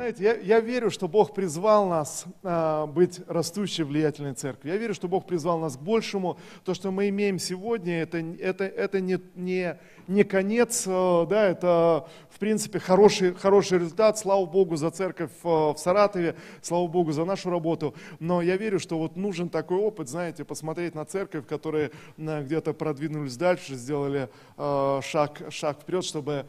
Знаете, я верю, что Бог призвал нас быть растущей, влиятельной церковью. Я верю, что Бог призвал нас к большему. То, что мы имеем сегодня, это не конец, да, это, в принципе, хороший результат. Слава Богу за церковь в Саратове, слава Богу за нашу работу. Но я верю, что вот нужен такой опыт, знаете, посмотреть на церковь, которые где-то продвинулись дальше, сделали шаг вперед, чтобы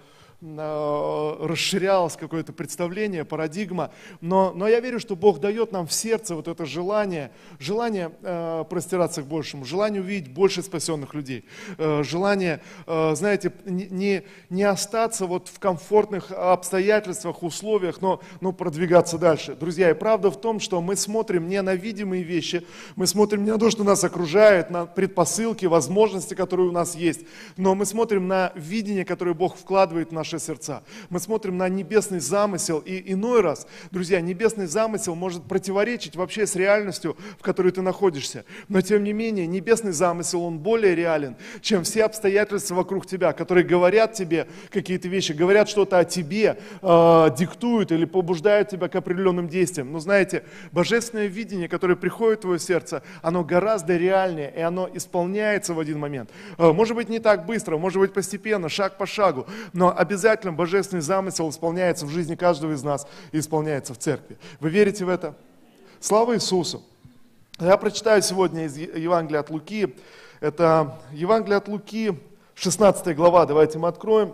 расширялось какое-то представление, парадигма. Но я верю, что Бог дает нам в сердце вот это желание простираться к большему, желание увидеть больше спасенных людей, желание, знаете, не остаться вот в комфортных обстоятельствах, условиях, но продвигаться дальше. Друзья, и правда в том, что мы смотрим не на видимые вещи, мы смотрим не на то, что нас окружает, на предпосылки, возможности, которые у нас есть, но мы смотрим на видение, которое Бог вкладывает в наши сердца. Мы смотрим на небесный замысел, и иной раз, друзья, небесный замысел может противоречить вообще с реальностью, в которой ты находишься. Но тем не менее, небесный замысел, он более реален, чем все обстоятельства вокруг тебя, которые говорят тебе какие-то вещи, говорят что-то о тебе, диктуют или побуждают тебя к определенным действиям. Но знаете, божественное видение, которое приходит в твое сердце, оно гораздо реальнее, и оно исполняется в один момент. Может быть, не так быстро, может быть, постепенно, шаг по шагу, но обязательно божественный замысел исполняется в жизни каждого из нас и исполняется в церкви. Вы верите в это? Слава Иисусу! Я прочитаю сегодня из Евангелия от Луки. Это Евангелие от Луки, 16 глава. Давайте мы откроем.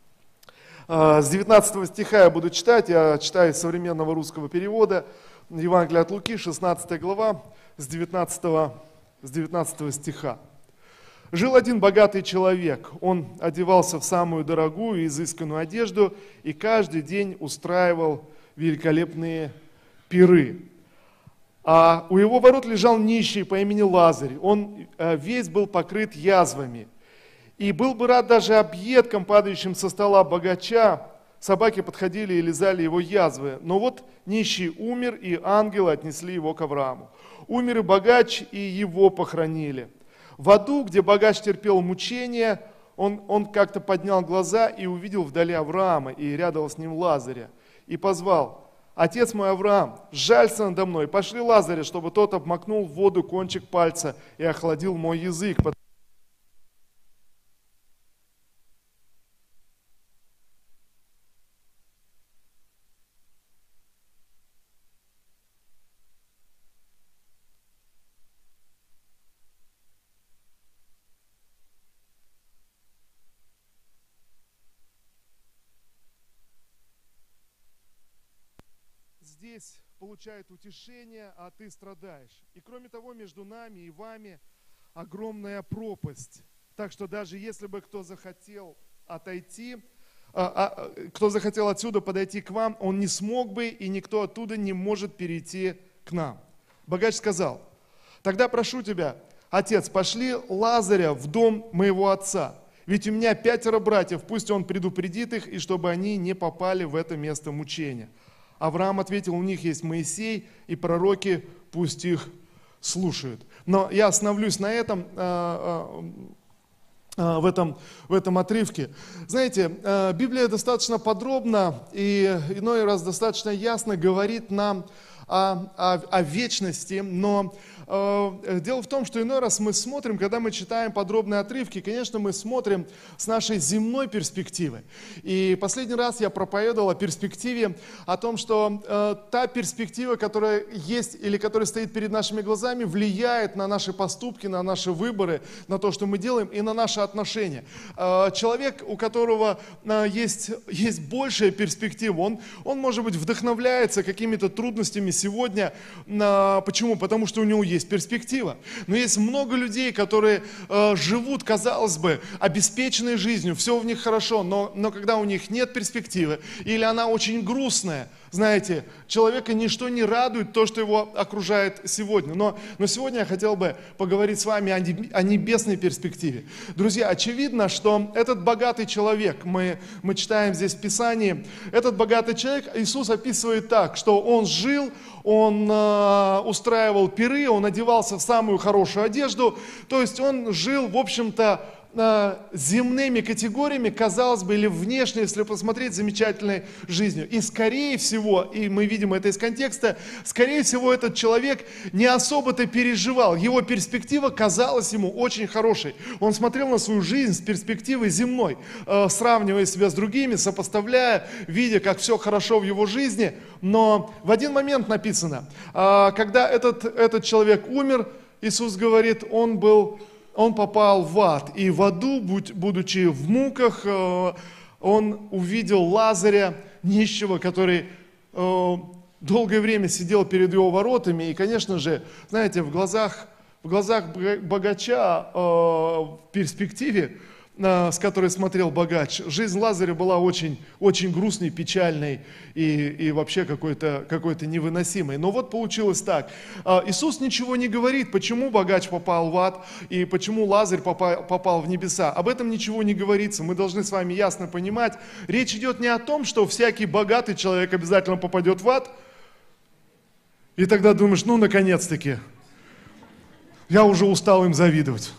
С 19 стиха я буду читать. Я читаю из современного русского перевода. Евангелие от Луки, 16 глава, с 19 стиха. Жил один богатый человек, он одевался в самую дорогую и изысканную одежду и каждый день устраивал великолепные пиры. А у его ворот лежал нищий по имени Лазарь, он весь был покрыт язвами. И был бы рад даже объедкам, падающим со стола богача, собаки подходили и лизали его язвы. Но вот нищий умер, и ангелы отнесли его к Аврааму. Умер и богач, и его похоронили. В аду, где богач терпел мучения, он как-то поднял глаза и увидел вдали Авраама и рядом с ним Лазаря. И позвал: «Отец мой Авраам, сжалься надо мной, пошли Лазаря, чтобы тот обмакнул в воду кончик пальца и охладил мой язык». Здесь получает утешение, а ты страдаешь. И кроме того, между нами и вами огромная пропасть. Так что даже если бы кто захотел отойти, кто захотел отсюда подойти к вам, он не смог бы, и никто оттуда не может перейти к нам. Богач сказал: «Тогда прошу тебя, отец, пошли Лазаря в дом моего отца. Ведь у меня 5 братьев, пусть он предупредит их, и чтобы они не попали в это место мучения». Авраам ответил: «У них есть Моисей и пророки, пусть их слушают». Но я остановлюсь на этом, в этом отрывке. Знаете, Библия достаточно подробно и иной раз достаточно ясно говорит нам о вечности, но дело в том, что иной раз мы смотрим, когда мы читаем подробные отрывки, конечно, мы смотрим с нашей земной перспективы. И последний раз я проповедовал о перспективе, о том, что та перспектива, которая есть или которая стоит перед нашими глазами, влияет на наши поступки, на наши выборы, на то, что мы делаем, и на наши отношения. Человек, у которого есть большая перспектива, он может быть, вдохновляется какими-то трудностями сегодня. Почему? Потому что у него есть перспектива. Но есть много людей, которые живут, казалось бы, обеспеченной жизнью, все у них хорошо, но когда у них нет перспективы, или она очень грустная, знаете, человека ничто не радует то, что его окружает сегодня. Но сегодня я хотел бы поговорить с вами о небесной перспективе. Друзья, очевидно, что этот богатый человек, мы читаем здесь в Писании, этот богатый человек Иисус описывает так, что он жил, он устраивал пиры, он одевался в самую хорошую одежду, то есть он жил, в общем-то, земными категориями, казалось бы, или внешне, если посмотреть, замечательной жизнью. И скорее всего, и мы видим это из контекста, скорее всего, этот человек не особо-то переживал. Его перспектива казалась ему очень хорошей. Он смотрел на свою жизнь с перспективой земной, сравнивая себя с другими, сопоставляя, видя, как все хорошо в его жизни. Но в один момент написано, когда этот человек умер, Иисус говорит, он попал в ад, и в аду, будучи в муках, он увидел Лазаря, нищего, который долгое время сидел перед его воротами, и, конечно же, знаете, в глазах богача в перспективе, с которой смотрел богач, жизнь Лазаря была очень, очень грустной, печальной и вообще какой-то невыносимой. Но вот получилось так. Иисус ничего не говорит, почему богач попал в ад и почему Лазарь попал в небеса. Об этом ничего не говорится. Мы должны с вами ясно понимать. Речь идет не о том, что всякий богатый человек обязательно попадет в ад. И тогда думаешь, ну, наконец-таки, я уже устал им завидовать.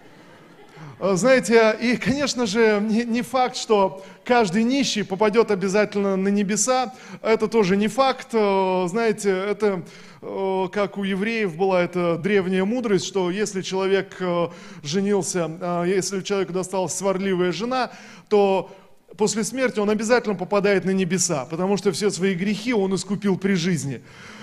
Знаете, и, конечно же, не факт, что каждый нищий попадет обязательно на небеса. Это тоже не факт. Знаете, это как у евреев была эта древняя мудрость, что если человек женился, если человеку досталась сварливая жена, то после смерти он обязательно попадает на небеса, потому что все свои грехи он искупил при жизни.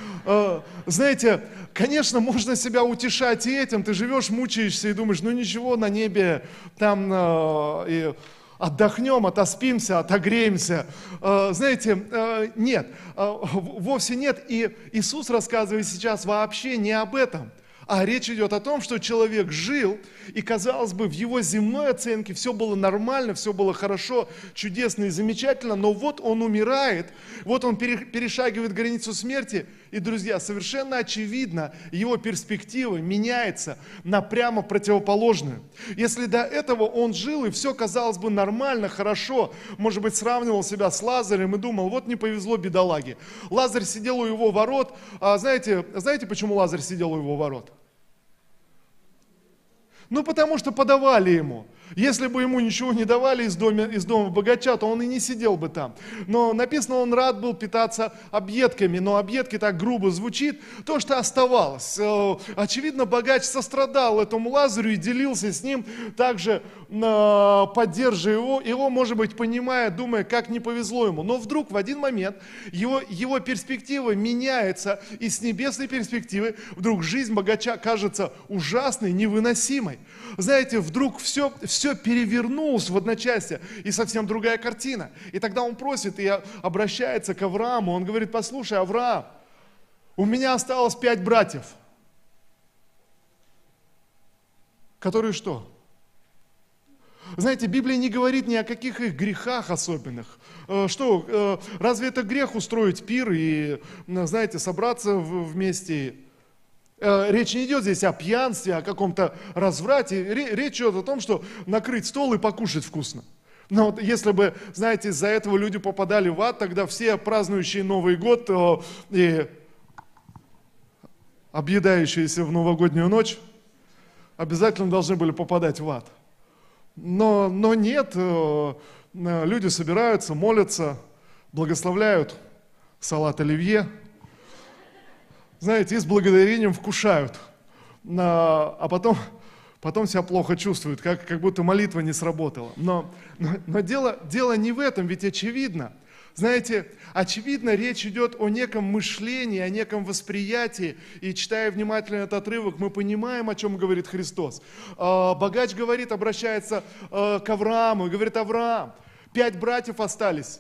Знаете, конечно, можно себя утешать и этим. Ты живешь, мучаешься и думаешь, ну ничего, на небе там и отдохнем, отоспимся, отогреемся. Знаете, нет, вовсе нет. И Иисус рассказывает сейчас вообще не об этом. А речь идет о том, что человек жил, и, казалось бы, в его земной оценке все было нормально, все было хорошо, чудесно и замечательно, но вот он умирает, вот он перешагивает границу смерти, и, друзья, совершенно очевидно, его перспектива меняется на прямо противоположную. Если до этого он жил, и все казалось бы нормально, хорошо, может быть, сравнивал себя с Лазарем и думал, вот не повезло бедолаге. Лазарь сидел у его ворот, а знаете, почему Лазарь сидел у его ворот? Ну, потому что подавали ему. Если бы ему ничего не давали из дома богача, то он и не сидел бы там. Но написано, он рад был питаться объедками, но объедки так грубо звучит, то, что оставалось. Очевидно, богач сострадал этому Лазарю и делился с ним, также поддерживая его, может быть, понимая, думая, как не повезло ему. Но вдруг в один момент его перспектива меняется, и с небесной перспективы вдруг жизнь богача кажется ужасной, невыносимой. Знаете, вдруг все перевернулось в одночасье, и совсем другая картина. И тогда он просит и обращается к Аврааму. Он говорит, послушай, Авраам, у меня осталось 5 братьев, которые что? Знаете, Библия не говорит ни о каких их грехах особенных. Что, разве это грех устроить пир и, знаете, собраться вместе? Речь не идет здесь о пьянстве, о каком-то разврате. Речь идет о том, что накрыть стол и покушать вкусно. Но вот если бы, знаете, из-за этого люди попадали в ад, тогда все празднующие Новый год и объедающиеся в новогоднюю ночь обязательно должны были попадать в ад. Но нет, люди собираются, молятся, благословляют салат оливье, знаете, и с благодарением вкушают, а потом себя плохо чувствуют, как будто молитва не сработала. Но дело не в этом, ведь очевидно. Знаете, очевидно, речь идет о неком мышлении, о неком восприятии. И читая внимательно этот отрывок, мы понимаем, о чем говорит Христос. Богач говорит, обращается к Аврааму и говорит, Авраам, 5 братьев остались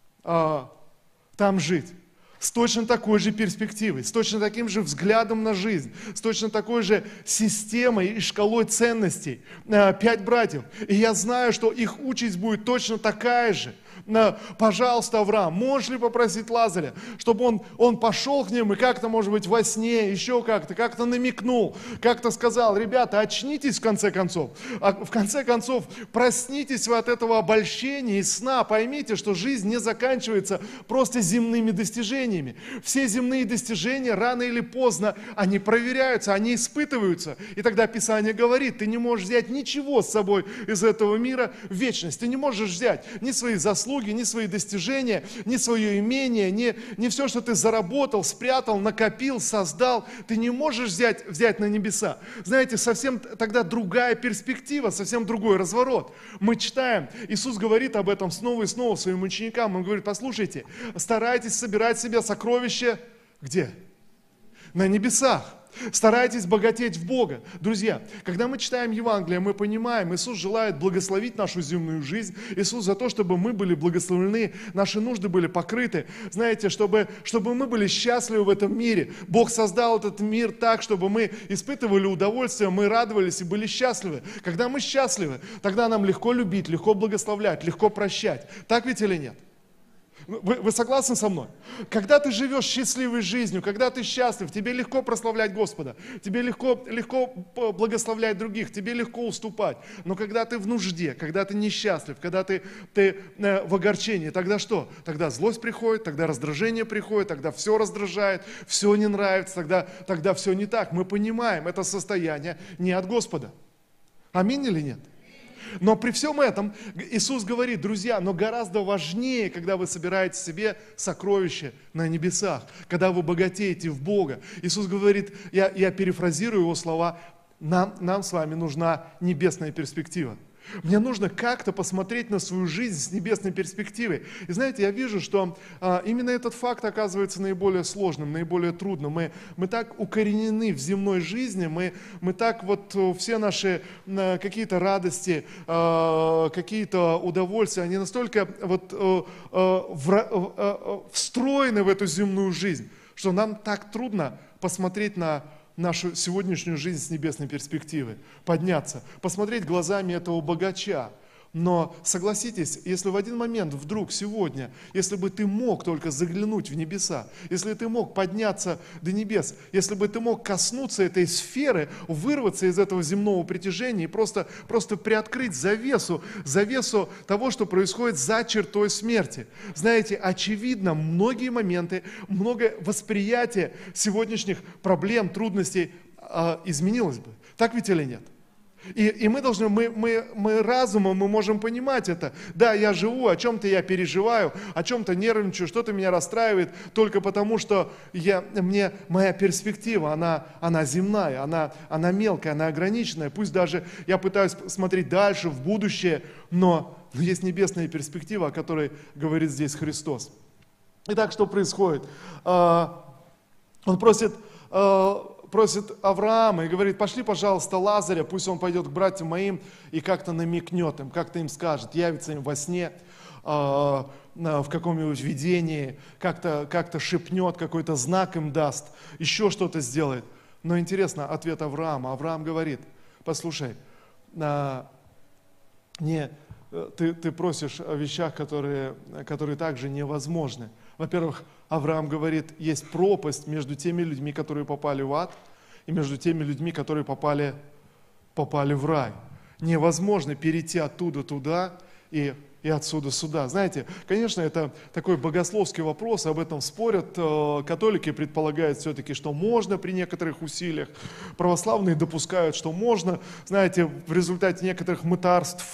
там жить. С точно такой же перспективой, с точно таким же взглядом на жизнь, с точно такой же системой и шкалой ценностей. 5 братьев. И я знаю, что их участь будет точно такая же. Пожалуйста, Авраам, можешь ли попросить Лазаря, чтобы он пошел к ним и как-то, может быть, во сне, еще как-то намекнул, как-то сказал: ребята, очнитесь в конце концов. А в конце концов, проснитесь вы от этого обольщения и сна, поймите, что жизнь не заканчивается просто земными достижениями. Все земные достижения рано или поздно, они проверяются, они испытываются. И тогда Писание говорит: ты не можешь взять ничего с собой из этого мира в вечность. Ты не можешь взять ни свои заслуги, ни свои достижения, ни свое имение, ни все, что ты заработал, спрятал, накопил, создал. Ты не можешь взять на небеса. Знаете, совсем тогда другая перспектива, совсем другой разворот. Мы читаем, Иисус говорит об этом снова и снова своим ученикам. Он говорит: послушайте, старайтесь собирать себе сокровища где? На небесах. Старайтесь богатеть в Бога. Друзья, когда мы читаем Евангелие, мы понимаем, Иисус желает благословить нашу земную жизнь. Иисус за то, чтобы мы были благословлены, наши нужды были покрыты. Знаете, чтобы мы были счастливы в этом мире. Бог создал этот мир так, чтобы мы испытывали удовольствие, мы радовались и были счастливы. Когда мы счастливы, тогда нам легко любить, легко благословлять, легко прощать. Так ведь или нет? Вы согласны со мной? Когда ты живешь счастливой жизнью, когда ты счастлив, тебе легко прославлять Господа, тебе легко благословлять других, тебе легко уступать. Но когда ты в нужде, когда ты несчастлив, когда ты в огорчении, тогда что? Тогда злость приходит, тогда раздражение приходит, тогда все раздражает, все не нравится, тогда все не так. Мы понимаем, это состояние не от Господа. Аминь или нет? Но при всем этом Иисус говорит: друзья, но гораздо важнее, когда вы собираете себе сокровища на небесах, когда вы богатеете в Бога. Иисус говорит, я перефразирую его слова: нам с вами нужна небесная перспектива. Мне нужно как-то посмотреть на свою жизнь с небесной перспективой. И знаете, я вижу, что именно этот факт оказывается наиболее сложным, наиболее трудным. Мы так укоренены в земной жизни, мы так все наши какие-то радости, какие-то удовольствия, они настолько встроены в эту земную жизнь, что нам так трудно посмотреть на нашу сегодняшнюю жизнь с небесной перспективы, подняться, посмотреть глазами этого богача. Но согласитесь, если в один момент вдруг сегодня, если бы ты мог только заглянуть в небеса, если ты мог подняться до небес, если бы ты мог коснуться этой сферы, вырваться из этого земного притяжения и просто приоткрыть завесу того, что происходит за чертой смерти. Знаете, очевидно, многие моменты, многое восприятие сегодняшних проблем, трудностей изменилось бы. Так ведь или нет? И мы должны, мы разумом мы можем понимать это. Да, я живу, о чем-то я переживаю, о чем-то нервничаю, что-то меня расстраивает, только потому что моя перспектива, она земная, она мелкая, она ограниченная. Пусть даже я пытаюсь смотреть дальше, в будущее, но есть небесная перспектива, о которой говорит здесь Христос. Итак, что происходит? Он просит Авраама и говорит: пошли, пожалуйста, Лазаря, пусть он пойдет к братьям моим и как-то намекнет им, как-то им скажет, явится им во сне, в каком-нибудь видении, как-то шепнет, какой-то знак им даст, еще что-то сделает. Но интересно, ответ Авраама. Авраам говорит: послушай, ты просишь о вещах, которые также невозможны. Во-первых, Авраам говорит, есть пропасть между теми людьми, которые попали в ад, и между теми людьми, которые попали в рай. Невозможно перейти оттуда туда и отсюда сюда. Знаете, конечно, это такой богословский вопрос, об этом спорят. Католики предполагают все-таки, что можно при некоторых усилиях. Православные допускают, что можно. Знаете, в результате некоторых мытарств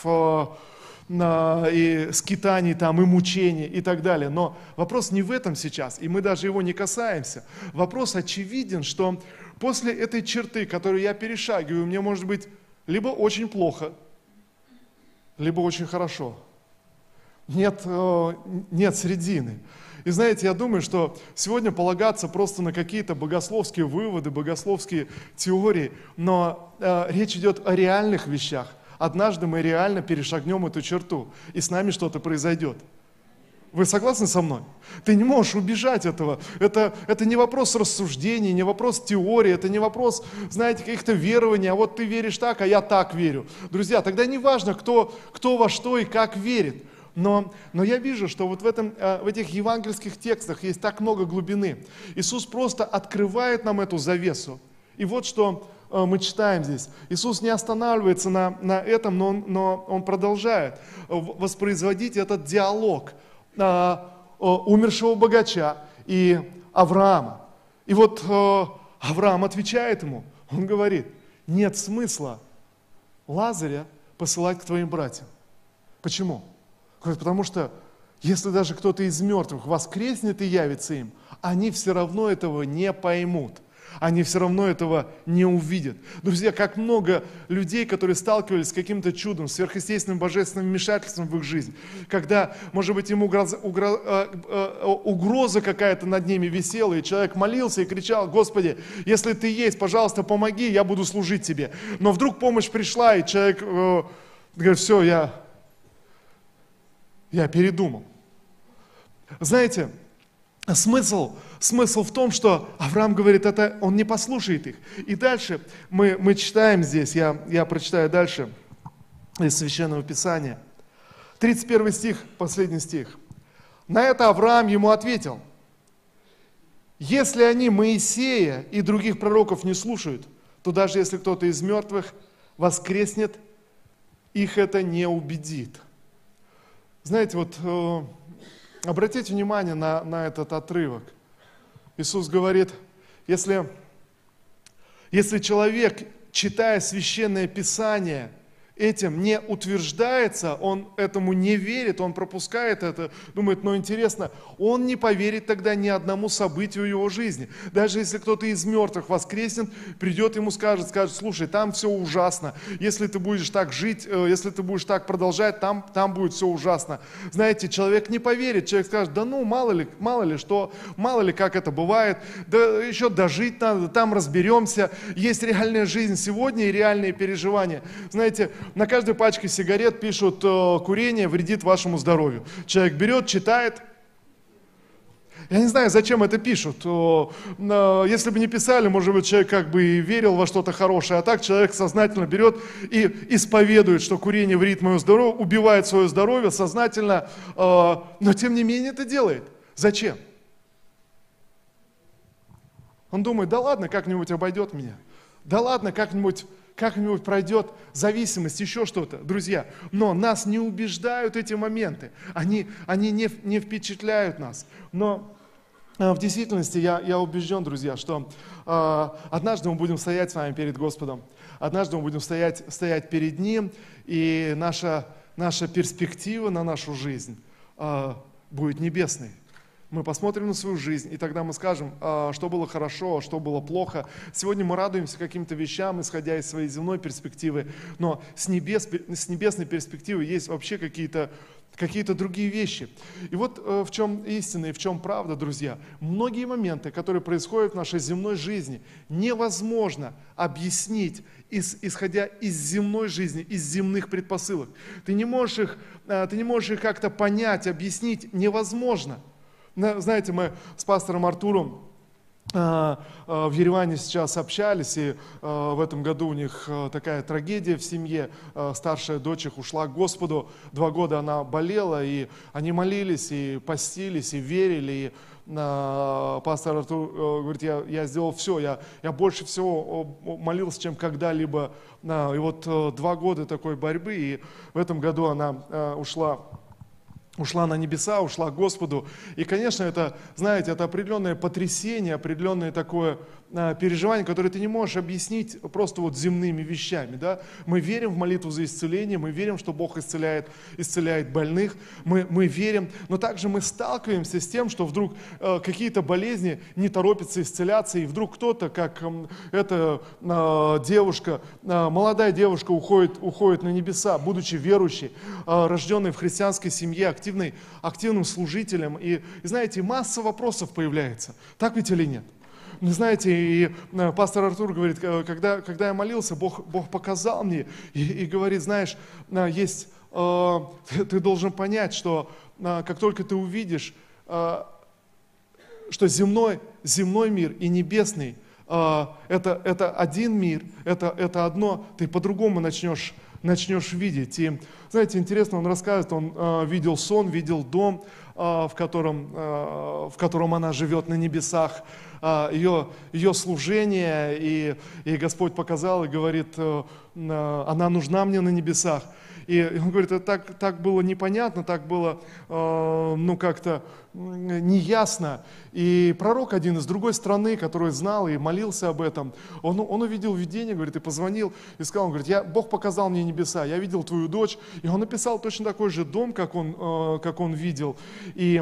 и скитаний там, и мучений и так далее. Но вопрос не в этом сейчас, и мы даже его не касаемся. Вопрос очевиден, что после этой черты, которую я перешагиваю, мне может быть либо очень плохо, либо очень хорошо. Нет середины. И знаете, я думаю, что сегодня полагаться просто на какие-то богословские выводы, богословские теории, но речь идет о реальных вещах. Однажды мы реально перешагнем эту черту, и с нами что-то произойдет. Вы согласны со мной? Ты не можешь убежать этого. Это не вопрос рассуждений, не вопрос теории, это не вопрос, знаете, каких-то верований, а вот ты веришь так, а я так верю. Друзья, тогда не важно, кто во что и как верит. Но я вижу, что вот в этих евангельских текстах есть так много глубины. Иисус просто открывает нам эту завесу. И вот что мы читаем здесь. Иисус не останавливается на этом, но Он продолжает воспроизводить этот диалог умершего богача и Авраама. И вот Авраам отвечает ему, он говорит: нет смысла Лазаря посылать к твоим братьям. Почему? Говорит, потому что если даже кто-то из мертвых воскреснет и явится им, они все равно этого не поймут. Они все равно этого не увидят. Друзья, как много людей, которые сталкивались с каким-то чудом, сверхъестественным божественным вмешательством в их жизнь, когда, может быть, им угроза какая-то над ними висела, и человек молился и кричал: Господи, если Ты есть, пожалуйста, помоги, я буду служить Тебе. Но вдруг помощь пришла, и человек говорит: все, я передумал. Знаете, смысл в том, что Авраам говорит, он не послушает их. И дальше мы читаем здесь, я прочитаю дальше из Священного Писания. 31 стих, последний стих. На это Авраам ему ответил: если они Моисея и других пророков не слушают, то даже если кто-то из мертвых воскреснет, их это не убедит. Знаете, вот обратите внимание на этот отрывок. Иисус говорит, если человек, читая Священное Писание, этим не утверждается, он этому не верит, он пропускает это, думает, интересно, он не поверит тогда ни одному событию его жизни. Даже если кто-то из мертвых воскреснет, придет ему скажет, слушай, там все ужасно, если ты будешь так жить, если ты будешь так продолжать, там будет все ужасно. Знаете, человек не поверит, человек скажет, мало ли как это бывает, да еще дожить надо, там разберемся, есть реальная жизнь сегодня и реальные переживания. Знаете, на каждой пачке сигарет пишут: курение вредит вашему здоровью. Человек берет, читает. Я не знаю, зачем это пишут. Если бы не писали, может быть, человек как бы и верил во что-то хорошее. А так человек сознательно берет и исповедует, что курение вредит моему здоровью, убивает свое здоровье сознательно, но тем не менее это делает. Зачем? Он думает, да ладно, как-нибудь обойдет меня. Да ладно, как-нибудь пройдет зависимость, еще что-то, друзья. Но нас не убеждают эти моменты, они не впечатляют нас. Но в действительности я убежден, друзья, что однажды мы будем стоять с вами перед Господом, однажды мы будем стоять перед Ним, и наша перспектива на нашу жизнь будет небесной. Мы посмотрим на свою жизнь, и тогда мы скажем, что было хорошо, что было плохо. Сегодня мы радуемся каким-то вещам, исходя из своей земной перспективы, но с небесной перспективы есть вообще какие-то другие вещи. И вот в чем истина и в чем правда, друзья. Многие моменты, которые происходят в нашей земной жизни, невозможно объяснить, исходя из земной жизни, из земных предпосылок. Ты не можешь их как-то понять, объяснить, невозможно. Знаете, мы с пастором Артуром в Ереване сейчас общались, и в этом году у них такая трагедия в семье. Старшая дочь их ушла к Господу, 2 года она болела, и они молились, и постились, и верили, и пастор Артур говорит, я сделал все, я больше всего молился, чем когда-либо. И вот 2 года такой борьбы, и в этом году она ушла на небеса, ушла к Господу. И, конечно, это, знаете, это определенное потрясение, определенное такое переживание, которое ты не можешь объяснить просто вот земными вещами. Да? Мы верим в молитву за исцеление, мы верим, что Бог исцеляет больных, мы верим, но также мы сталкиваемся с тем, что вдруг какие-то болезни не торопятся исцеляться, и вдруг кто-то, как эта девушка, молодая девушка уходит на небеса, будучи верующей, рожденной в христианской семье, активным служителем. И знаете, масса вопросов появляется. Так ведь или нет? Знаете, и пастор Артур говорит, когда я молился, Бог показал мне и говорит, знаешь, ты должен понять, что как только ты увидишь, что земной мир и небесный это один мир, это одно, ты по-другому начнешь начнешь видеть. И, знаете, интересно, он рассказывает, он видел сон, видел дом, в котором она живет на небесах, ее служение, и Господь показал и говорит, она нужна мне на небесах. И он говорит, это так было непонятно, так было, как-то неясно. И пророк один из другой страны, который знал и молился об этом, он увидел видение, говорит, и позвонил, и сказал, он говорит, Бог показал мне небеса, я видел твою дочь, и он написал точно такой же дом, как он видел. И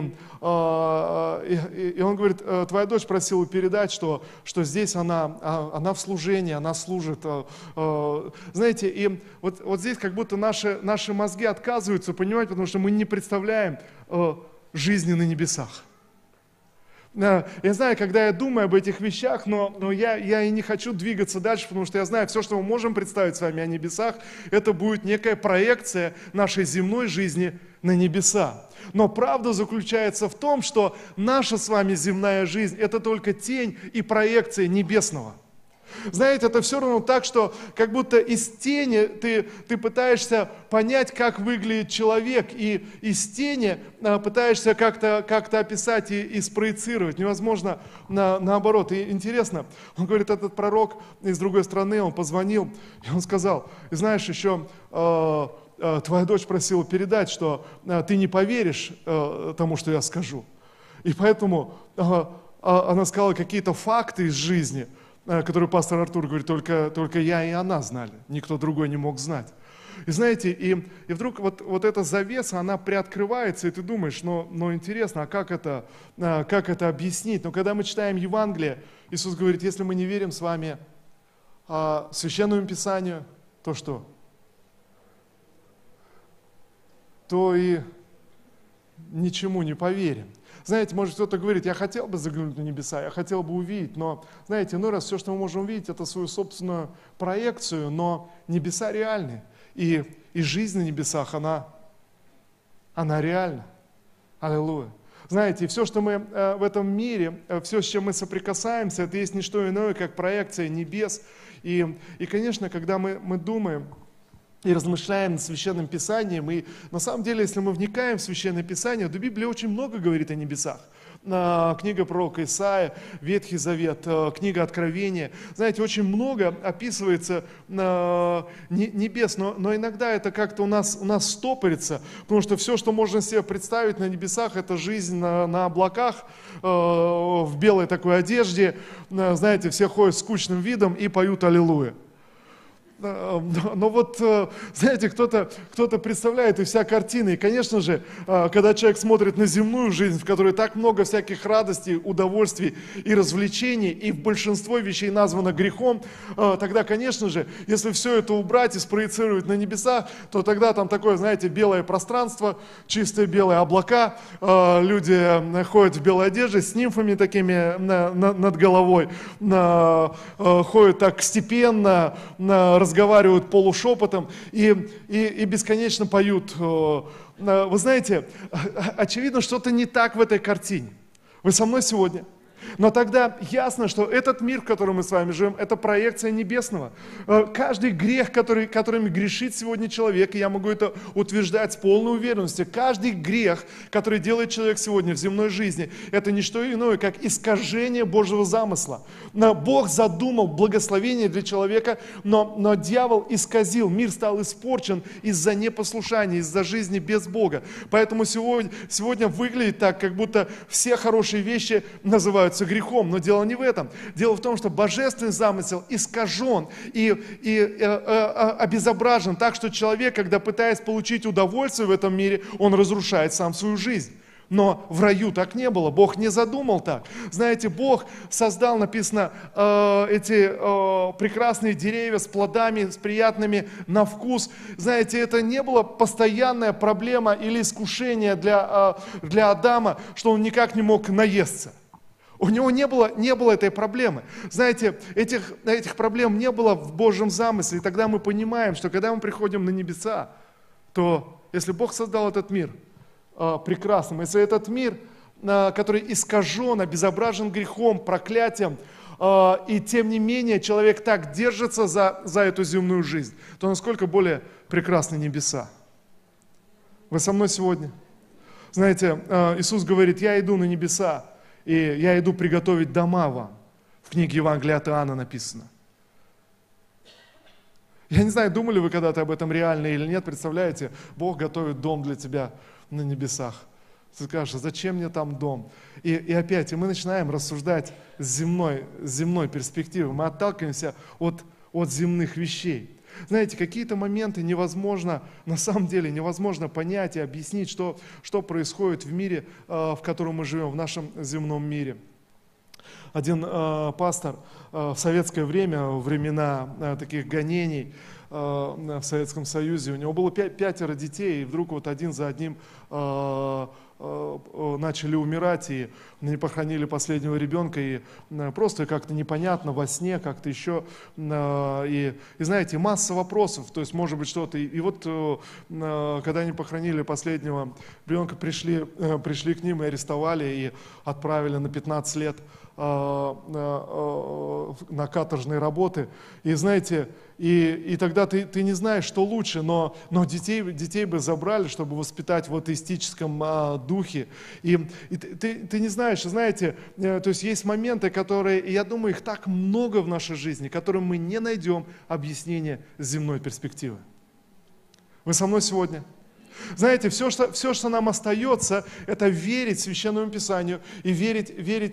он говорит, твоя дочь просила передать, что здесь она в служении, она служит. Знаете, и вот здесь как будто наши мозги отказываются понимать, потому что мы не представляем жизни на небесах. Я знаю, когда я думаю об этих вещах, но я и не хочу двигаться дальше, потому что я знаю, все, что мы можем представить с вами о небесах, это будет некая проекция нашей земной жизни на небеса. Но правда заключается в том, что наша с вами земная жизнь – это только тень и проекция небесного. Знаете, это все равно так, что как будто из тени ты пытаешься понять, как выглядит человек, и из тени пытаешься как-то описать и спроецировать. Невозможно наоборот. И интересно, он говорит, этот пророк из другой страны, он позвонил, и он сказал, и знаешь, еще твоя дочь просила передать, что ты не поверишь тому, что я скажу. И поэтому она сказала какие-то факты из жизни, который пастор Артур говорит, только я и она знали, никто другой не мог знать. И знаете, и вдруг вот эта завеса, она приоткрывается, и ты думаешь, но интересно, а как это объяснить? Но когда мы читаем Евангелие, Иисус говорит, если мы не верим с вами Священному Писанию, то что? То и ничему не поверим. Знаете, может кто-то говорит, я хотел бы заглянуть на небеса, я хотел бы увидеть, но, знаете, иной раз все, что мы можем увидеть, это свою собственную проекцию, но небеса реальны. И жизнь на небесах, она реальна. Аллилуйя. Знаете, все, что мы в этом мире, все, с чем мы соприкасаемся, это есть не что иное, как проекция небес. И конечно, когда мы думаем и размышляем над Священным Писанием, и на самом деле, если мы вникаем в Священное Писание, то Библия очень много говорит о небесах. Книга пророка Исаия, Ветхий Завет, книга Откровения. Знаете, очень много описывается небес, но иногда это как-то у нас стопорится, потому что все, что можно себе представить на небесах, это жизнь на облаках, в белой такой одежде. Знаете, все ходят с скучным видом и поют «Аллилуйя». Но вот, знаете, кто-то представляет и вся картина. И, конечно же, когда человек смотрит на земную жизнь, в которой так много всяких радостей, удовольствий и развлечений, и большинство вещей названо грехом, тогда, конечно же, если все это убрать и спроецировать на небеса, то тогда там такое, знаете, белое пространство, чистые белые облака, люди ходят в белой одежде с нимфами такими над головой, ходят так степенно, разговаривают полушепотом и бесконечно поют. Вы знаете, очевидно, что-то не так в этой картине. Вы со мной сегодня? Но тогда ясно, что этот мир, в котором мы с вами живем, это проекция небесного. Каждый грех, которыми грешит сегодня человек, и я могу это утверждать с полной уверенностью, каждый грех, который делает человек сегодня в земной жизни, это не что иное, как искажение Божьего замысла. Бог задумал благословение для человека, но дьявол исказил, мир стал испорчен из-за непослушания, из-за жизни без Бога. Поэтому сегодня выглядит так, как будто все хорошие вещи называются грехом, но дело не в этом. Дело в том, что божественный замысел искажен и обезображен так, что человек, когда пытаясь получить удовольствие в этом мире, он разрушает сам свою жизнь. Но в раю так не было, Бог не задумал так. Знаете, Бог создал, написано, эти прекрасные деревья с плодами, с приятными на вкус. Знаете, это не была постоянная проблема или искушение для Адама, что он никак не мог наесться. У него не было этой проблемы. Знаете, этих проблем не было в Божьем замысле. И тогда мы понимаем, что когда мы приходим на небеса, то если Бог создал этот мир прекрасным, если этот мир, который искажен, обезображен грехом, проклятием, и тем не менее человек так держится за эту земную жизнь, то насколько более прекрасны небеса. Вы со мной сегодня? Знаете, Иисус говорит: я иду на небеса, и я иду приготовить дома вам. В книге Евангелия от Иоанна написано. Я не знаю, думали вы когда-то об этом реально или нет, представляете, Бог готовит дом для тебя на небесах. Ты скажешь: зачем мне там дом? И опять, мы начинаем рассуждать с земной перспективы, мы отталкиваемся от земных вещей. Знаете, какие-то моменты невозможно, на самом деле невозможно понять и объяснить, что происходит в мире, в котором мы живем, в нашем земном мире. Один пастор в советское время, во времена таких гонений в Советском Союзе, у него было 5 детей, и вдруг вот один за одним начали умирать, и не похоронили последнего ребенка, и просто как-то непонятно, во сне как-то еще, и знаете, масса вопросов, то есть может быть что-то, и вот когда они похоронили последнего ребенка, пришли к ним и арестовали, и отправили на 15 лет на каторжные работы, и знаете, и тогда ты не знаешь, что лучше, но детей бы забрали, чтобы воспитать в атеистическом духе, и ты не знаешь, знаете, то есть есть моменты, которые, и я думаю, их так много в нашей жизни, которым мы не найдем объяснения с земной перспективы. Вы со мной сегодня? Знаете, все, что нам остается, это верить Священному Писанию и верить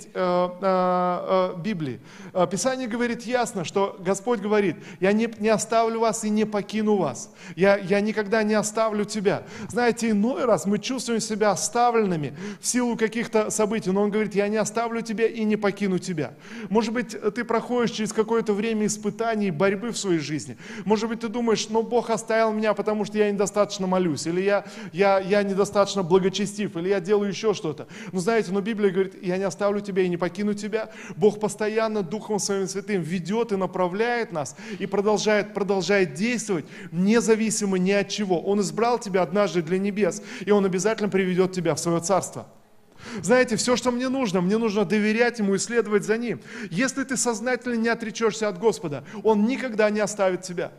Библии. Писание говорит ясно, что Господь говорит: я не оставлю вас и не покину вас. Я никогда не оставлю тебя. Знаете, иной раз мы чувствуем себя оставленными в силу каких-то событий, но Он говорит: я не оставлю тебя и не покину тебя. Может быть, ты проходишь через какое-то время испытаний, борьбы в своей жизни. Может быть, ты думаешь: Бог оставил меня, потому что я недостаточно молюсь, или я недостаточно благочестив, или я делаю еще что-то. Но знаете, Библия говорит: я не оставлю тебя и не покину тебя. Бог постоянно Духом Своим Святым ведет и направляет нас, и продолжает действовать, независимо ни от чего. Он избрал тебя однажды для небес, и Он обязательно приведет тебя в Свое Царство. Знаете, все, что мне нужно доверять Ему и следовать за Ним. Если ты сознательно не отречешься от Господа, Он никогда не оставит тебя.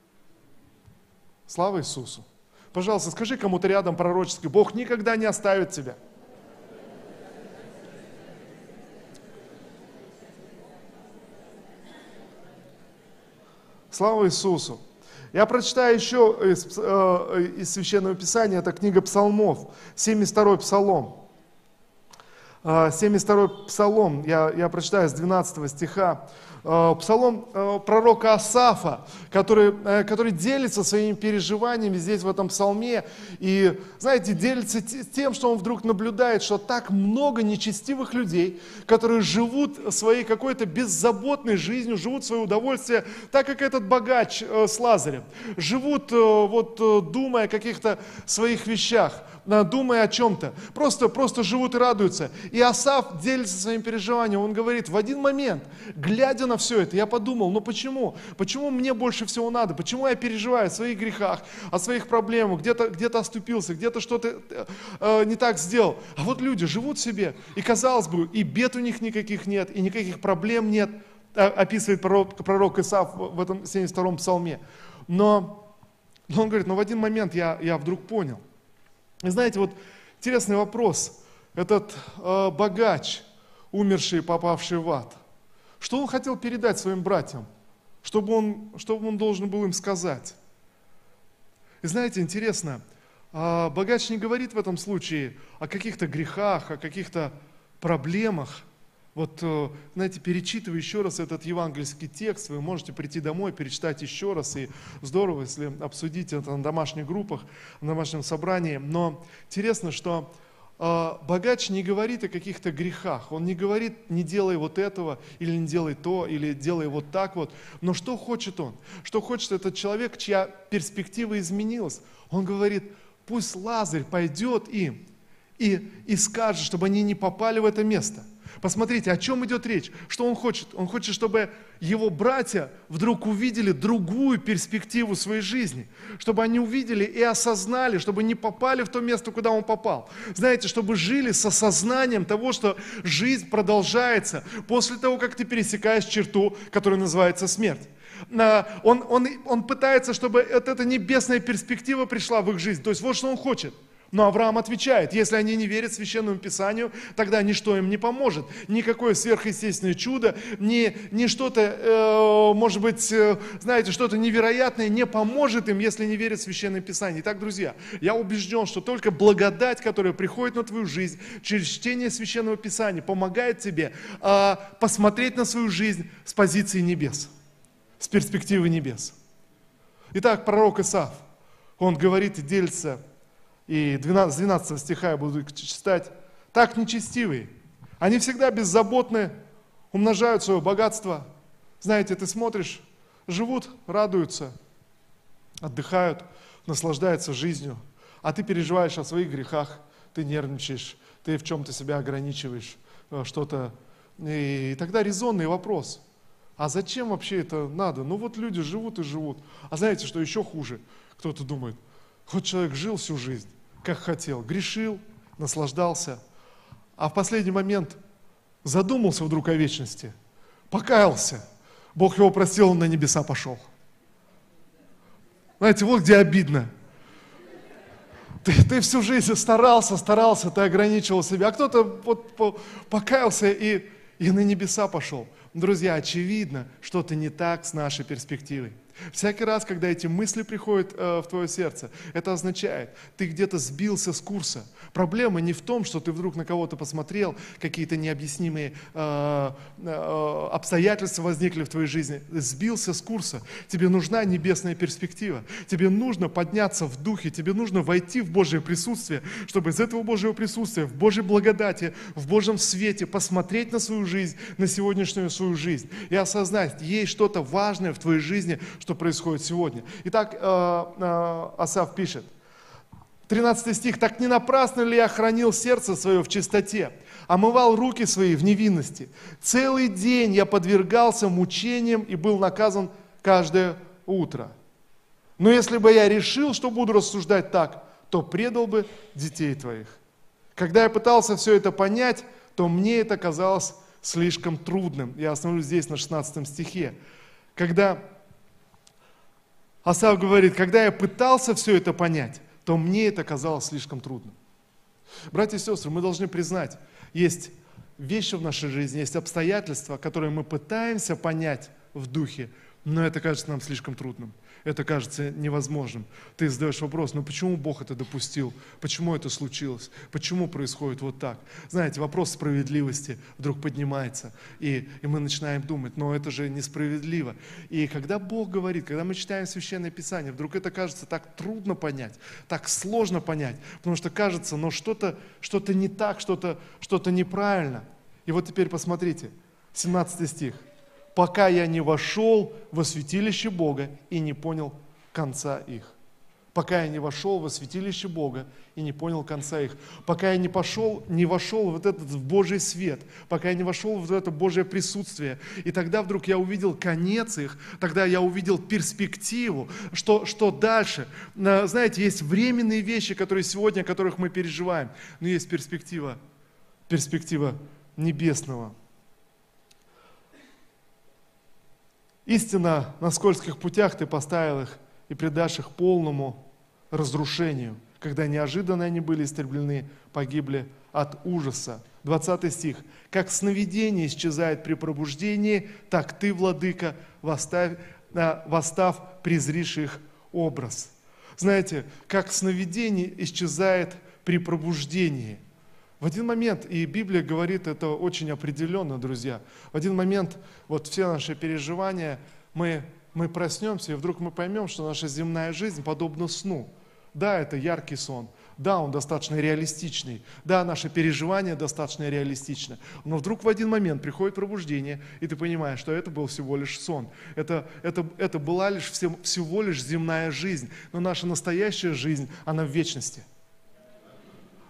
Слава Иисусу! Пожалуйста, скажи кому-то рядом пророчески: Бог никогда не оставит тебя. Слава Иисусу! Я прочитаю еще из Священного Писания, это книга Псалмов, 72-й Псалом. 72-й Псалом, я прочитаю с 12 стиха. Псалом пророка Асафа, который делится своими переживаниями здесь, в этом псалме. И, знаете, делится тем, что он вдруг наблюдает, что так много нечестивых людей, которые живут своей какой-то беззаботной жизнью, живут в свое удовольствие, так как этот богач с Лазарем. Живут, думая о каких-то своих вещах, думая о чем-то. Просто живут и радуются. И Асаф делится своим переживанием. Он говорит: в один момент, глядя на все это, я подумал: почему? Почему мне больше всего надо? Почему я переживаю о своих грехах, о своих проблемах, где-то оступился, где-то что-то не так сделал? А вот люди живут себе, и, казалось бы, и бед у них никаких нет, и никаких проблем нет, описывает пророк Исаф в этом 72-м псалме. Но он говорит: в один момент я вдруг понял. И знаете, интересный вопрос. Этот богач, умерший и попавший в ад, что он хотел передать своим братьям? Что бы он должен был им сказать? И знаете, интересно, богач не говорит в этом случае о каких-то грехах, о каких-то проблемах. Знаете, перечитывая еще раз этот евангельский текст, вы можете прийти домой, перечитать еще раз, и здорово, если обсудить это на домашних группах, на домашнем собрании. Но интересно, что богач не говорит о каких-то грехах, он не говорит: не делай вот этого, или не делай то, или делай вот так вот. Но что хочет он? Что хочет этот человек, чья перспектива изменилась? Он говорит: пусть Лазарь пойдет им и скажет, чтобы они не попали в это место. Посмотрите, о чем идет речь, что он хочет. Он хочет, чтобы его братья вдруг увидели другую перспективу своей жизни, чтобы они увидели и осознали, чтобы не попали в то место, куда он попал. Знаете, чтобы жили с осознанием того, что жизнь продолжается после того, как ты пересекаешь черту, которая называется смерть. Он пытается, чтобы эта небесная перспектива пришла в их жизнь. То есть вот что он хочет. Но Авраам отвечает, если они не верят Священному Писанию, тогда ничто им не поможет. Никакое сверхъестественное чудо, ни что-то, может быть, знаете, что-то невероятное не поможет им, если не верят Священное Писание. Итак, друзья, я убежден, что только благодать, которая приходит на твою жизнь через чтение Священного Писания, помогает тебе посмотреть на свою жизнь с позиции небес, с перспективы небес. Итак, пророк Исав, он говорит и делится. И с 12 стиха я буду читать. Так нечестивые. Они всегда беззаботны, умножают свое богатство. Знаете, ты смотришь, живут, радуются, отдыхают, наслаждаются жизнью. А ты переживаешь о своих грехах, ты нервничаешь, ты в чем-то себя ограничиваешь, что-то. И тогда резонный вопрос. А зачем вообще это надо? Ну вот люди живут и живут. А знаете, что еще хуже? Кто-то думает, хоть человек жил всю жизнь, как хотел, грешил, наслаждался, а в последний момент задумался вдруг о вечности, покаялся, Бог его простил, он на небеса пошел. Знаете, вот где обидно. Ты всю жизнь старался, ты ограничивал себя, а кто-то вот покаялся и на небеса пошел. Друзья, очевидно, что-то не так с нашей перспективой. Всякий раз, когда эти мысли приходят в твое сердце, это означает, ты где-то сбился с курса. Проблема не в том, что ты вдруг на кого-то посмотрел, какие-то необъяснимые обстоятельства возникли в твоей жизни. Сбился с курса. Тебе нужна небесная перспектива. Тебе нужно подняться в духе, тебе нужно войти в Божье присутствие, чтобы из этого Божьего присутствия, в Божьей благодати, в Божьем свете посмотреть на свою жизнь, на сегодняшнюю свою жизнь и осознать, есть что-то важное в твоей жизни, что происходит сегодня. Итак, Асав пишет, 13 стих. «Так не напрасно ли я хранил сердце свое в чистоте, омывал руки свои в невинности? Целый день я подвергался мучениям и был наказан каждое утро. Но если бы я решил, что буду рассуждать так, то предал бы детей твоих. Когда я пытался все это понять, то мне это казалось слишком трудным». Я остановлюсь здесь на 16 стихе. Когда Асав говорит, когда я пытался все это понять, то мне это казалось слишком трудным. Братья и сестры, мы должны признать, есть вещи в нашей жизни, есть обстоятельства, которые мы пытаемся понять в духе, но это кажется нам слишком трудным. Это кажется невозможным. Ты задаешь вопрос, ну почему Бог это допустил? Почему это случилось? Почему происходит вот так? Знаете, вопрос справедливости вдруг поднимается, и мы начинаем думать, но это же несправедливо. И когда Бог говорит, когда мы читаем Священное Писание, вдруг это кажется так трудно понять, так сложно понять, потому что кажется, но что-то не так, что-то неправильно. И вот теперь посмотрите, 17 стих. «Пока я не вошел во святилище Бога и не понял конца их». Пока я не вошел во святилище Бога и не понял конца их. Пока я не вошел в Божий свет. Пока я не вошел в это Божье присутствие. И тогда вдруг я увидел конец их. Тогда я увидел перспективу. Что дальше? Знаете, есть временные вещи, которые сегодня, о которых мы переживаем. Но есть перспектива небесного. Истинно на скользких путях ты поставил их и предашь их полному разрушению, когда неожиданно они были истреблены, погибли от ужаса. 20 стих. «Как сновидение исчезает при пробуждении, так ты, владыка, восстав, презришь их образ». Знаете, как сновидение исчезает при пробуждении. В один момент, и Библия говорит это очень определенно, друзья, в один момент вот все наши переживания, мы проснемся, и вдруг мы поймем, что наша земная жизнь подобна сну. Да, это яркий сон, да, он достаточно реалистичный, да, наши переживания достаточно реалистичны, но вдруг в один момент приходит пробуждение, и ты понимаешь, что это был всего лишь сон, это была лишь всего лишь земная жизнь, но наша настоящая жизнь, она в вечности.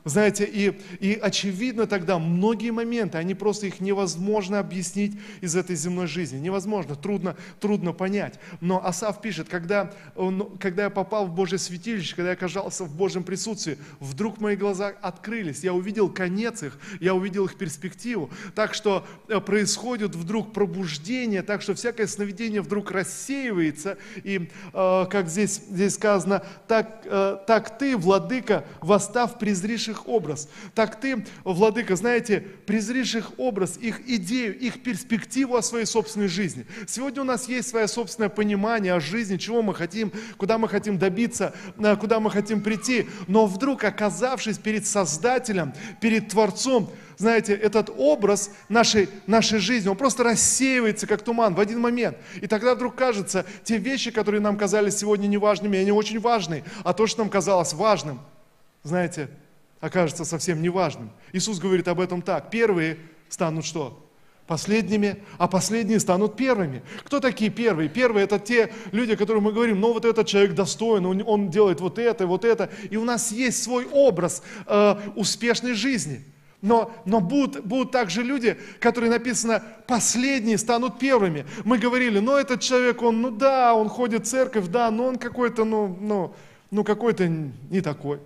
Знаете, и очевидно тогда многие моменты, они просто их невозможно объяснить из этой земной жизни. Невозможно, трудно понять. Но Асаф пишет, когда я попал в Божье святилище, когда я оказался в Божьем присутствии, вдруг мои глаза открылись, я увидел конец их, я увидел их перспективу. Так что происходит вдруг пробуждение, так что всякое сновидение вдруг рассеивается. И как здесь сказано, так ты, владыка, восстав, презришь их образ. Так ты, владыка, знаете, презришь их образ, их идею, их перспективу о своей собственной жизни. Сегодня у нас есть свое собственное понимание о жизни, чего мы хотим, куда мы хотим добиться, куда мы хотим прийти. Но вдруг, оказавшись перед Создателем, перед Творцом, знаете, этот образ нашей жизни, он просто рассеивается, как туман, в один момент. И тогда вдруг кажется, те вещи, которые нам казались сегодня неважными, они очень важны. А то, что нам казалось важным, знаете, окажется совсем неважным. Иисус говорит об этом так. Первые станут что? Последними, а последние станут первыми. Кто такие первые? Первые — это те люди, о которых мы говорим, ну вот этот человек достоин, он делает вот это. И у нас есть свой образ успешной жизни. Но будут также люди, которые написано, последние станут первыми. Мы говорили, этот человек, он ходит в церковь, но он какой-то, какой-то не такой.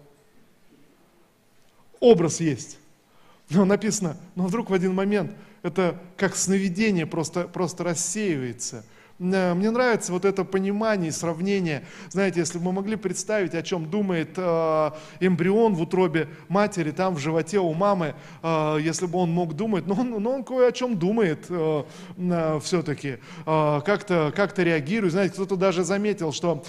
Образ есть. Но написано, но вдруг в один момент это как сновидение просто рассеивается. Мне нравится вот это понимание и сравнение. Знаете, если бы мы могли представить, о чем думает эмбрион в утробе матери, там в животе у мамы, если бы он мог думать, но он кое о чем думает все-таки, как-то реагирует. Знаете, кто-то даже заметил, что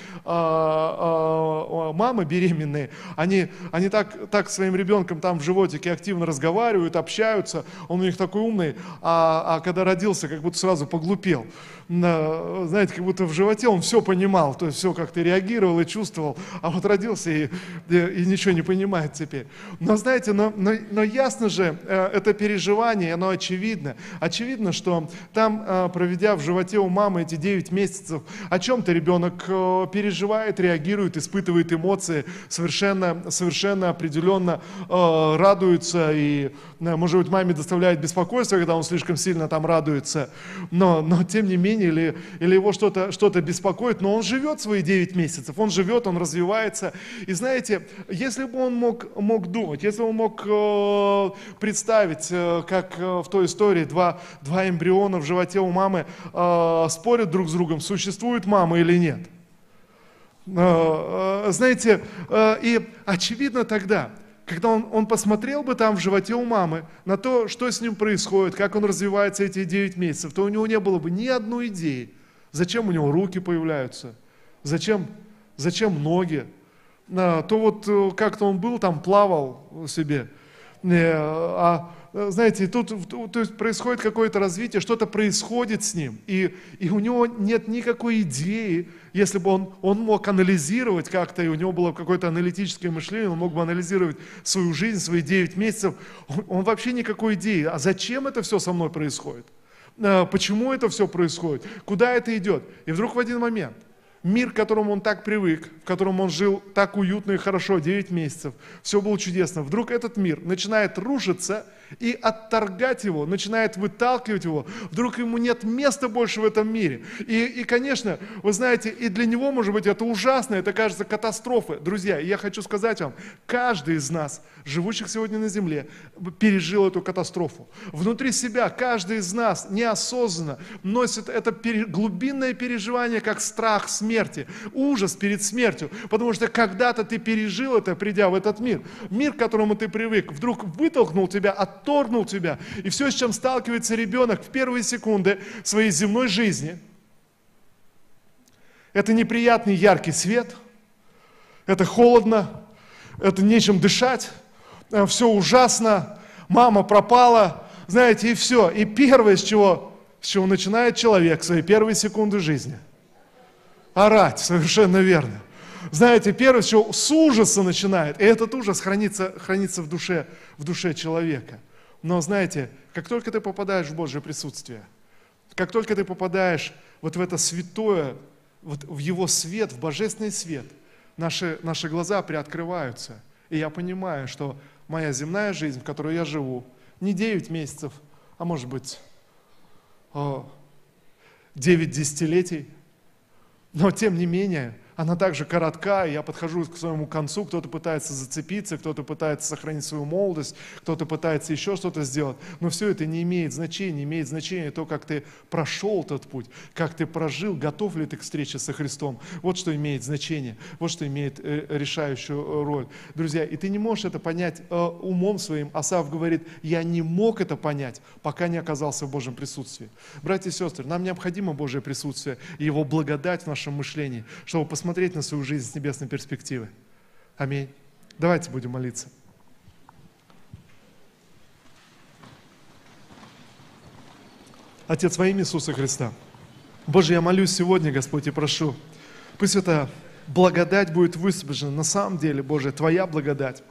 мамы беременные, они так своим ребенком там в животике активно разговаривают, общаются, он у них такой умный, а когда родился, как будто сразу поглупел. Знаете, как будто в животе он все понимал, то есть все как-то реагировал и чувствовал, а вот родился и ничего не понимает теперь. Но знаете, но ясно же, это переживание, оно очевидно. Очевидно, что там, проведя в животе у мамы эти 9 месяцев, о чем-то ребенок переживает, реагирует, испытывает эмоции, совершенно определенно радуется, и, может быть, маме доставляет беспокойство, когда он слишком сильно там радуется, но тем не менее, или его что-то беспокоит, но он живет свои 9 месяцев, он живет, он развивается. И знаете, если бы он мог думать, если бы он мог представить, как в той истории два эмбриона в животе у мамы спорят друг с другом, существует мама или нет. Знаете, и очевидно тогда, когда он посмотрел бы там в животе у мамы на то, что с ним происходит, как он развивается эти 9 месяцев, то у него не было бы ни одной идеи, зачем у него руки появляются, зачем ноги, то вот как-то он был там, плавал себе, знаете, тут то есть происходит какое-то развитие, что-то происходит с ним, и у него нет никакой идеи. Если бы он мог анализировать как-то, и у него было какое-то аналитическое мышление, он мог бы анализировать свою жизнь, свои 9 месяцев, он вообще никакой идеи. А зачем это все со мной происходит? Почему это все происходит? Куда это идет? И вдруг в один момент мир, к которому он так привык, в котором он жил так уютно и хорошо 9 месяцев, все было чудесно. Вдруг этот мир начинает рушиться и отторгать его, начинает выталкивать его. Вдруг ему нет места больше в этом мире. И, конечно, вы знаете, и для него, может быть, это ужасно, это кажется катастрофой. Друзья, я хочу сказать вам, каждый из нас, живущих сегодня на земле, пережил эту катастрофу. Внутри себя каждый из нас неосознанно носит это глубинное переживание, как страх смерти, ужас перед смертью, потому что когда-то ты пережил это, придя в этот мир. Мир, к которому ты привык, вдруг вытолкнул тебя, отторгнул тебя. И все, с чем сталкивается ребенок в первые секунды своей земной жизни, это неприятный яркий свет, это холодно, это нечем дышать, все ужасно, мама пропала, знаете, и все. И первое, с чего начинает человек в свои первые секунды жизни – орать, совершенно верно. Знаете, первое, с чего с ужаса начинает, и этот ужас хранится в душе человека. Но знаете, как только ты попадаешь в Божье присутствие, как только ты попадаешь вот в это святое, вот в Его свет, в божественный свет, наши глаза приоткрываются. И я понимаю, что моя земная жизнь, в которой я живу, не 9 месяцев, а может быть 9 десятилетий, но тем не менее, она также коротка, и я подхожу к своему концу, кто-то пытается зацепиться, кто-то пытается сохранить свою молодость, кто-то пытается еще что-то сделать, но все это не имеет значения то, как ты прошел этот путь, как ты прожил, готов ли ты к встрече со Христом, вот что имеет значение, вот что имеет решающую роль. Друзья, и ты не можешь это понять умом своим. Асаф говорит, я не мог это понять, пока не оказался в Божьем присутствии. Братья и сестры, нам необходимо Божье присутствие и Его благодать в нашем мышлении, чтобы посмотреть на свою жизнь с небесной перспективы. Аминь. Давайте будем молиться. Отец, во имя Иисуса Христа, Боже, я молюсь сегодня, Господь, и прошу, пусть эта благодать будет высвобождена. На самом деле, Боже, Твоя благодать,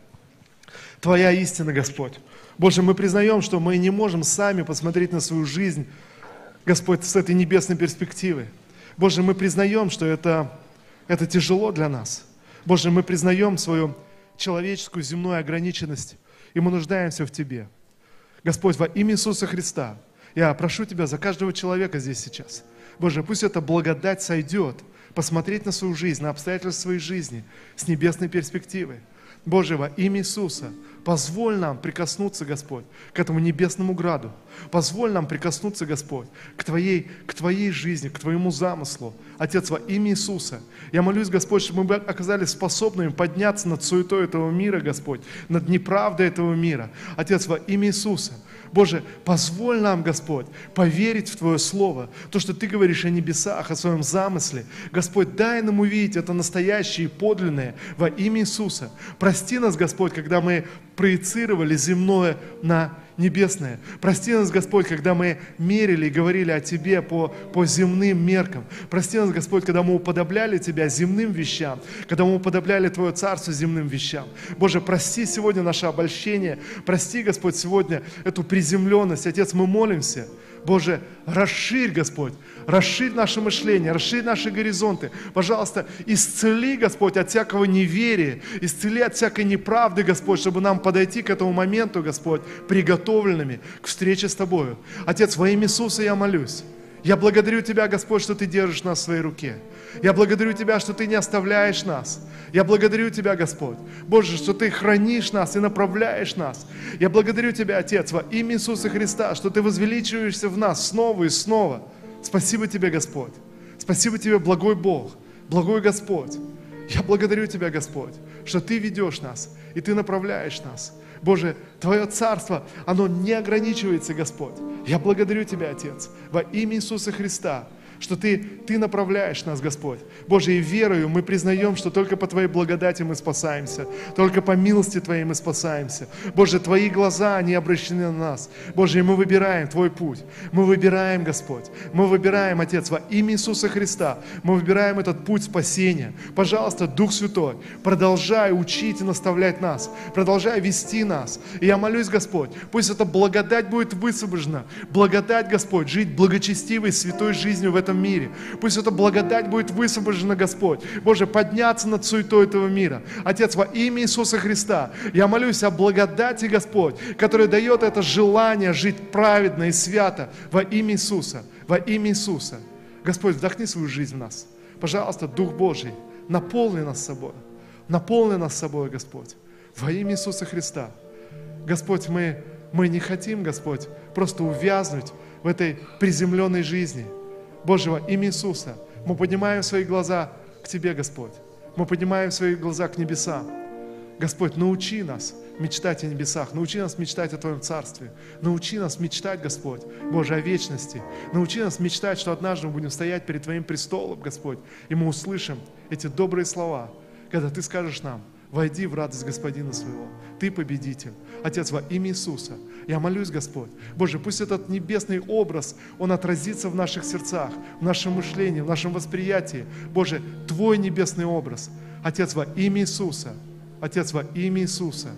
Твоя истина, Господь. Боже, мы признаем, что мы не можем сами посмотреть на свою жизнь, Господь, с этой небесной перспективы. Боже, мы признаем, что это тяжело для нас. Боже, мы признаем свою человеческую земную ограниченность, и мы нуждаемся в Тебе. Господь, во имя Иисуса Христа, я прошу Тебя за каждого человека здесь сейчас. Боже, пусть эта благодать сойдет, посмотреть на свою жизнь, на обстоятельства своей жизни с небесной перспективы. Боже, во имя Иисуса, позволь нам прикоснуться, Господь, к этому небесному граду. Позволь нам прикоснуться, Господь, к Твоей жизни, к Твоему замыслу. Отец, во имя Иисуса, я молюсь, Господь, чтобы мы оказались способными подняться над суетой этого мира, Господь, над неправдой этого мира. Отец, во имя Иисуса, Боже, позволь нам, Господь, поверить в Твое Слово, то, что Ты говоришь о небесах, о Своем замысле. Господь, дай нам увидеть это настоящее и подлинное во имя Иисуса. Прости нас, Господь, когда мы проецировали земное на небесное. Прости нас, Господь, когда мы мерили и говорили о Тебе по земным меркам. Прости нас, Господь, когда мы уподобляли Тебя земным вещам, когда мы уподобляли Твое Царство земным вещам. Боже, прости сегодня наше обольщение, прости, Господь, сегодня эту приземленность. Отец, мы молимся. Боже, расширь, Господь, расширь наше мышление, расширь наши горизонты. Пожалуйста, исцели, Господь, от всякого неверия, исцели от всякой неправды, Господь, чтобы нам подойти к этому моменту, Господь, приготовленными к встрече с Тобою. Отец, во имя Иисуса я молюсь. Я благодарю Тебя, Господь, что Ты держишь нас в своей руке. Я благодарю Тебя, что Ты не оставляешь нас. Я благодарю Тебя, Господь, Боже, что Ты хранишь нас и направляешь нас. Я благодарю Тебя, Отец, во имя Иисуса Христа, что Ты возвеличиваешься в нас снова и снова. Спасибо Тебе, Господь. Спасибо Тебе, благой Бог, благой Господь. Я благодарю Тебя, Господь, что Ты ведешь нас и Ты направляешь нас. Боже, Твое Царство, оно не ограничивается, Господь. Я благодарю Тебя, Отец, во имя Иисуса Христа, что Ты направляешь нас, Господь. Боже, и верою мы признаем, что только по Твоей благодати мы спасаемся, только по милости Твоей мы спасаемся. Боже, Твои глаза, они обращены на нас. Боже, и мы выбираем Твой путь. Мы выбираем, Господь. Мы выбираем, Отец, во имя Иисуса Христа. Мы выбираем этот путь спасения. Пожалуйста, Дух Святой, продолжай учить и наставлять нас. Продолжай вести нас. И я молюсь, Господь, пусть эта благодать будет высвобождена. Благодать, Господь, жить благочестивой, святой жизнью в этом мире. Пусть эта благодать будет высвобождена, Господь. Боже, подняться над суетой этого мира. Отец, во имя Иисуса Христа, я молюсь о благодати, Господь, которая дает это желание жить праведно и свято во имя Иисуса. Во имя Иисуса. Господь, вдохни свою жизнь в нас. Пожалуйста, Дух Божий, наполни нас собой. Наполни нас собой, Господь. Во имя Иисуса Христа. Господь, мы не хотим, Господь, просто увязнуть в этой приземленной жизни. Боже, во имя Иисуса, мы поднимаем свои глаза к Тебе, Господь. Мы поднимаем свои глаза к небесам. Господь, научи нас мечтать о небесах, научи нас мечтать о Твоем Царстве, научи нас мечтать, Господь, Боже, о вечности. Научи нас мечтать, что однажды мы будем стоять перед Твоим престолом, Господь, и мы услышим эти добрые слова, когда Ты скажешь нам: войди в радость Господина своего. Ты победитель. Отец, во имя Иисуса, я молюсь, Господь. Боже, пусть этот небесный образ, он отразится в наших сердцах, в нашем мышлении, в нашем восприятии. Боже, Твой небесный образ. Отец, во имя Иисуса. Отец, во имя Иисуса.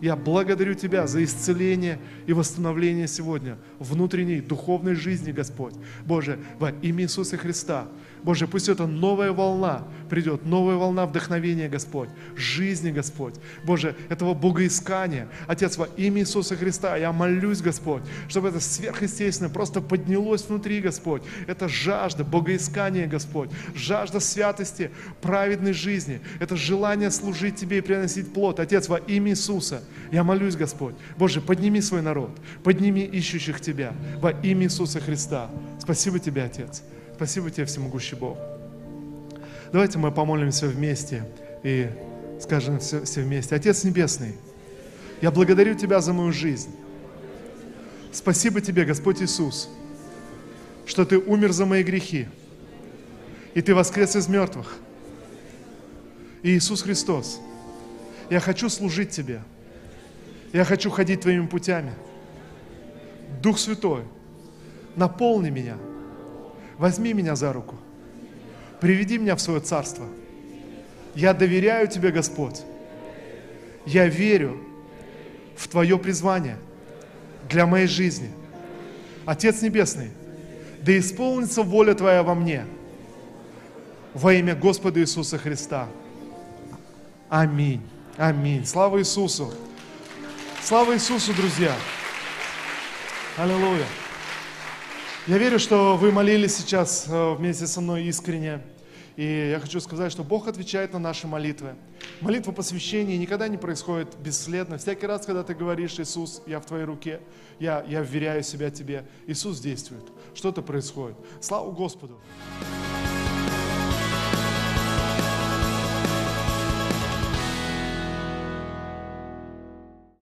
Я благодарю Тебя за исцеление и восстановление сегодня внутренней духовной жизни, Господь. Боже, во имя Иисуса Христа. Боже, пусть это новая волна придет, новая волна вдохновения, Господь, жизни, Господь. Боже, этого богоискания. Отец, во имя Иисуса Христа, я молюсь, Господь, чтобы это сверхъестественное просто поднялось внутри, Господь. Это жажда богоискания, Господь, жажда святости, праведной жизни. Это желание служить Тебе и приносить плод. Отец, во имя Иисуса, я молюсь, Господь. Боже, подними свой народ, подними ищущих Тебя во имя Иисуса Христа. Спасибо Тебе, Отец. Спасибо Тебе, всемогущий Бог. Давайте мы помолимся вместе и скажем все вместе. Отец Небесный, я благодарю Тебя за мою жизнь. Спасибо Тебе, Господь Иисус, что Ты умер за мои грехи, и Ты воскрес из мертвых. И Иисус Христос, я хочу служить Тебе. Я хочу ходить Твоими путями. Дух Святой, наполни меня. Возьми меня за руку. Приведи меня в свое царство. Я доверяю Тебе, Господь. Я верю в Твое призвание для моей жизни. Отец Небесный, да исполнится воля Твоя во мне. Во имя Господа Иисуса Христа. Аминь. Аминь. Слава Иисусу. Слава Иисусу, друзья. Аллилуйя. Я верю, что вы молились сейчас вместе со мной искренне. И я хочу сказать, что Бог отвечает на наши молитвы. Молитва посвящения никогда не происходит бесследно. Всякий раз, когда ты говоришь: Иисус, я в Твоей руке, я вверяю себя Тебе, Иисус действует. Что-то происходит. Слава Господу!